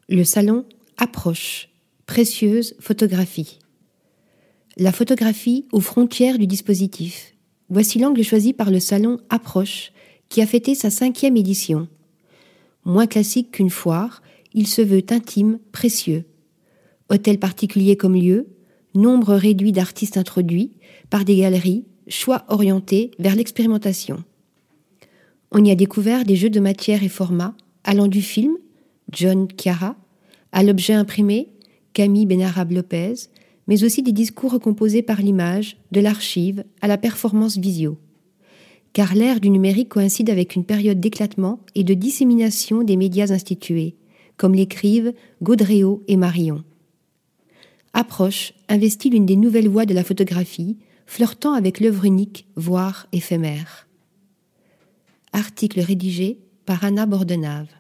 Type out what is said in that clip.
Le salon approche, précieuse photographie. La photographie aux frontières du dispositif. Voici l'angle choisi par le salon Approche, qui a fêté sa 5e édition. Moins classique qu'une foire, il se veut intime, précieux. Hôtel particulier comme lieu, nombre réduit d'artistes introduits par des galeries, choix orientés vers l'expérimentation. On y a découvert des jeux de matière et format, allant du film, John Chiara, à l'objet imprimé, Camille Benarab-Lopez, mais aussi des discours recomposés par l'image, de l'archive à la performance visio. Car l'ère du numérique coïncide avec une période d'éclatement et de dissémination des médias institués, comme l'écrivent Gaudréau et Marion. Approche investit l'une des nouvelles voies de la photographie, flirtant avec l'œuvre unique, voire éphémère. Article rédigé par Anna Bordenave.